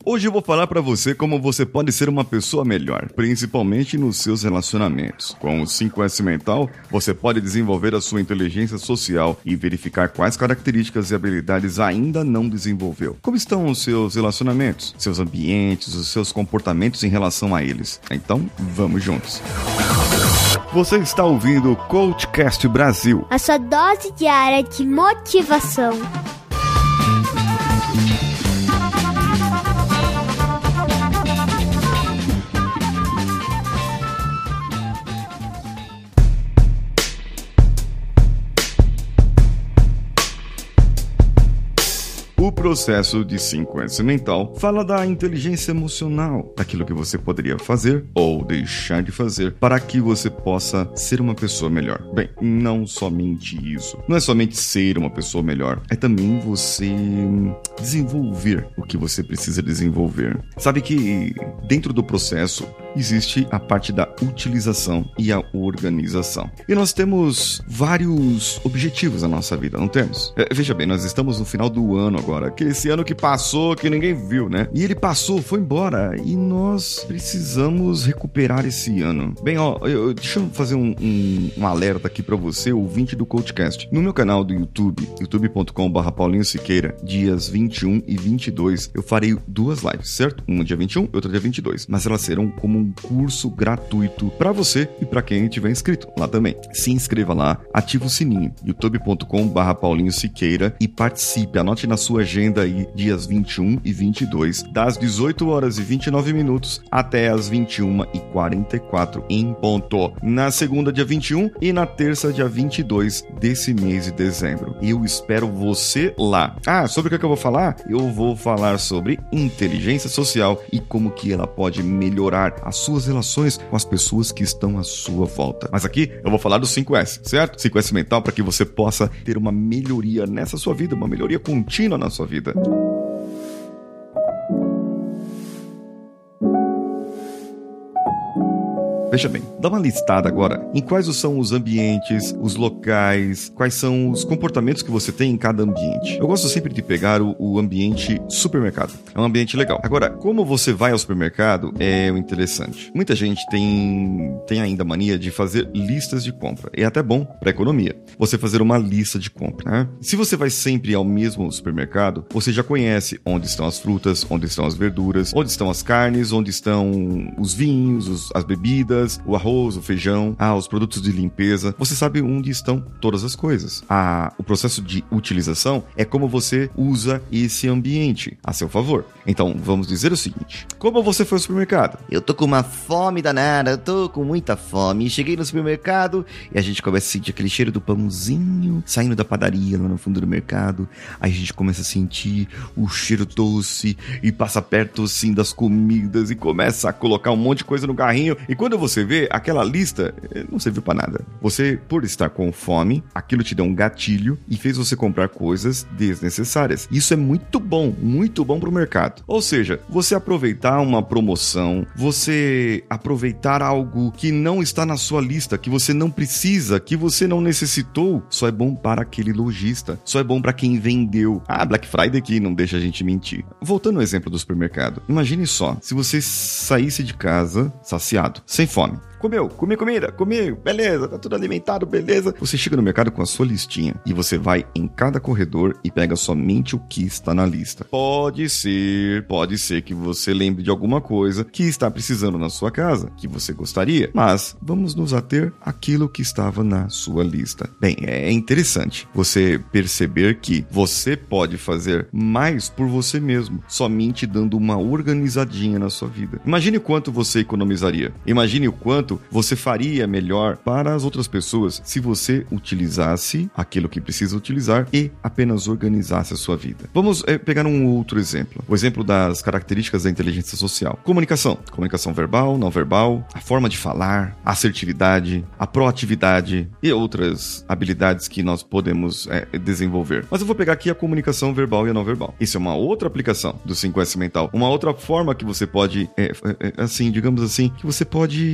Hoje eu vou falar pra você como você pode ser uma pessoa melhor, principalmente nos seus relacionamentos. Com o 5S Mental, você pode desenvolver a sua inteligência social e verificar quais características e habilidades ainda não desenvolveu. Como estão os seus relacionamentos, seus ambientes, os seus comportamentos em relação a eles? Então, vamos juntos. Você está ouvindo o Coachcast Brasil, a sua dose diária de motivação. O processo de 5S Mental fala da inteligência emocional, daquilo que você poderia fazer ou deixar de fazer para que você possa ser uma pessoa melhor. Bem, não somente isso. Não é somente ser uma pessoa melhor, é também você desenvolver o que você precisa desenvolver. Sabe que dentro do processo existe a parte da utilização e a organização. E nós temos vários objetivos na nossa vida, não temos? Veja bem, nós estamos no final do ano agora, que esse ano que passou, que ninguém viu, né? E ele passou, foi embora, e nós precisamos recuperar esse ano. Bem, deixa eu fazer um alerta aqui pra você, ouvinte do Coachcast. No meu canal do YouTube, youtube.com/Paulinho Siqueira, dias 21 e 22, eu farei 2 lives, certo? Uma dia 21 e outra dia 22, mas elas serão como um curso gratuito para você e para quem estiver inscrito lá também. Se inscreva lá, ative o sininho, youtube.com/Paulinho Siqueira e participe, anote na sua agenda aí, dias 21 e 22, das 18 horas e 29 minutos até as 21h44 em ponto. Na segunda, dia 21 e na terça, dia 22 desse mês de dezembro. Eu espero você lá. Sobre o que eu vou falar? Eu vou falar sobre inteligência social e como que ela pode melhorar as suas relações com as pessoas que estão à sua volta. Mas aqui eu vou falar do 5S, certo? 5S Mental para que você possa ter uma melhoria nessa sua vida, uma melhoria contínua na sua vida. Veja bem, dá uma listada agora em quais são os ambientes, os locais, quais são os comportamentos que você tem em cada ambiente. Eu gosto sempre de pegar o ambiente supermercado. É um ambiente legal. Agora, como você vai ao supermercado é o interessante. Muita gente tem ainda a mania de fazer listas de compra. É até bom para a economia você fazer uma lista de compra, né? Se você vai sempre ao mesmo supermercado, você já conhece onde estão as frutas, onde estão as verduras, onde estão as carnes, onde estão os vinhos, as bebidas, o arroz, o feijão, os produtos de limpeza. Você sabe onde estão todas as coisas. O processo de utilização é como você usa esse ambiente a seu favor. Então, vamos dizer o seguinte: como você foi ao supermercado? Eu tô com uma fome danada, eu tô com muita fome. Cheguei no supermercado e a gente começa a sentir aquele cheiro do pãozinho saindo da padaria lá no fundo do mercado. Aí a gente começa a sentir o cheiro doce e passa perto assim das comidas e começa a colocar um monte de coisa no carrinho. E quando você vê, aquela lista não serviu pra nada. Você, por estar com fome, aquilo te deu um gatilho e fez você comprar coisas desnecessárias. Isso é muito bom pro mercado. Ou seja, você aproveitar uma promoção, você aproveitar algo que não está na sua lista, que você não precisa, que você não necessitou, só é bom para aquele lojista, só é bom para quem vendeu. Black Friday aqui não deixa a gente mentir. Voltando ao exemplo do supermercado, imagine só, se você saísse de casa saciado, sem fome, comi comida, beleza, tá tudo alimentado, beleza. Você chega no mercado com a sua listinha e você vai em cada corredor e pega somente o que está na lista. Pode ser que você lembre de alguma coisa que está precisando na sua casa, que você gostaria, mas vamos nos ater àquilo que estava na sua lista. Bem, é interessante você perceber que você pode fazer mais por você mesmo, somente dando uma organizadinha na sua vida. Imagine o quanto você economizaria. Imagine o quanto você faria melhor para as outras pessoas se você utilizasse aquilo que precisa utilizar e apenas organizasse a sua vida. Vamos pegar um outro exemplo. O exemplo das características da inteligência social. Comunicação verbal, não verbal, a forma de falar, a assertividade, a proatividade e outras habilidades que nós podemos desenvolver. Mas eu vou pegar aqui a comunicação verbal e a não verbal. Isso é uma outra aplicação do 5S Mental. Uma outra forma que você pode, digamos assim, que você pode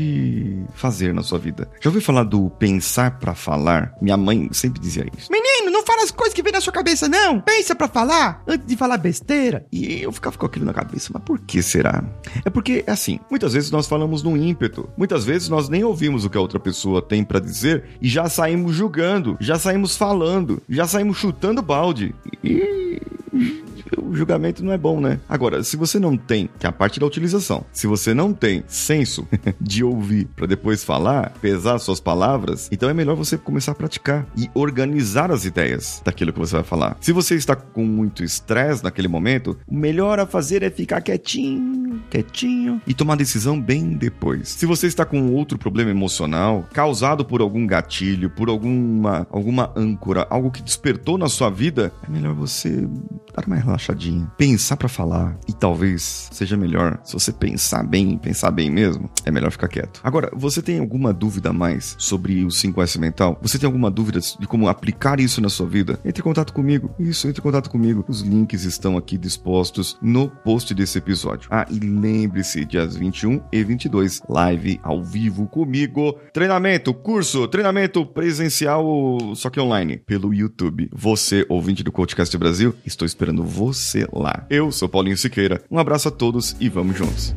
pode fazer na sua vida. Já ouviu falar do pensar pra falar? Minha mãe sempre dizia isso. Menino, não fala as coisas que vem na sua cabeça, não. Pensa pra falar antes de falar besteira. E eu ficava com aquilo na cabeça, mas por que será? É porque, assim, muitas vezes nós falamos num ímpeto. Muitas vezes nós nem ouvimos o que a outra pessoa tem pra dizer e já saímos julgando, já saímos falando, já saímos chutando balde. E o julgamento não é bom, né? Agora, se você não tem, que é a parte da utilização, se você não tem senso de ouvir pra depois falar, pesar suas palavras, então é melhor você começar a praticar e organizar as ideias daquilo que você vai falar. Se você está com muito estresse naquele momento, o melhor a fazer é ficar quietinho e tomar a decisão bem depois. Se você está com outro problema emocional, causado por algum gatilho, por alguma âncora, algo que despertou na sua vida, é melhor você dar uma relaxadinha, pensar pra falar, e talvez seja melhor, se você pensar bem mesmo, é melhor ficar quieto. Agora, você tem alguma dúvida a mais sobre o 5S mental? Você tem alguma dúvida de como aplicar isso na sua vida? Entre em contato comigo. Entre em contato comigo. Os links estão aqui dispostos no post desse episódio. Ah, e lembre-se, dias 21 e 22, live ao vivo comigo. Treinamento presencial, só que online, pelo YouTube. Você, ouvinte do Coachcast Brasil, estou esperando você lá. Eu sou Paulinho Siqueira. Um abraço a todos e vamos juntos.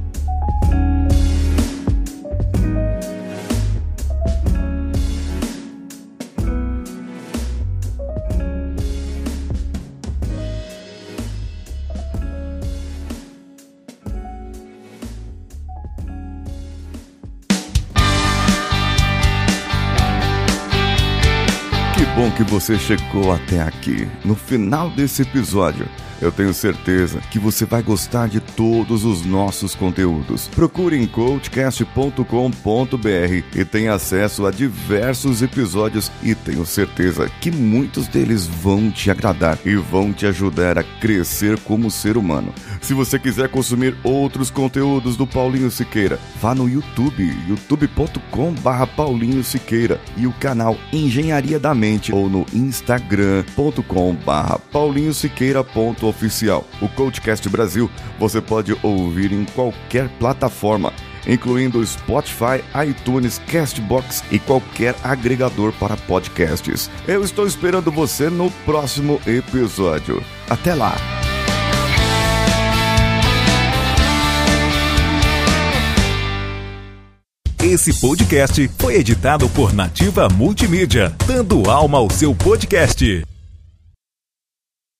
Que bom que você chegou até aqui. No final desse episódio, eu tenho certeza que você vai gostar de todos os nossos conteúdos. Procure em coachcast.com.br e tenha acesso a diversos episódios e tenho certeza que muitos deles vão te agradar e vão te ajudar a crescer como ser humano. Se você quiser consumir outros conteúdos do Paulinho Siqueira, vá no YouTube, youtube.com/Paulinho Siqueira e o canal Engenharia da Mente ou no instagram.com/paulinhosiqueira.oficial. O Coachcast Brasil você pode ouvir em qualquer plataforma, incluindo Spotify, iTunes, Castbox e qualquer agregador para podcasts. Eu estou esperando você no próximo episódio. Até lá! Esse podcast foi editado por Nativa Multimídia, dando alma ao seu podcast.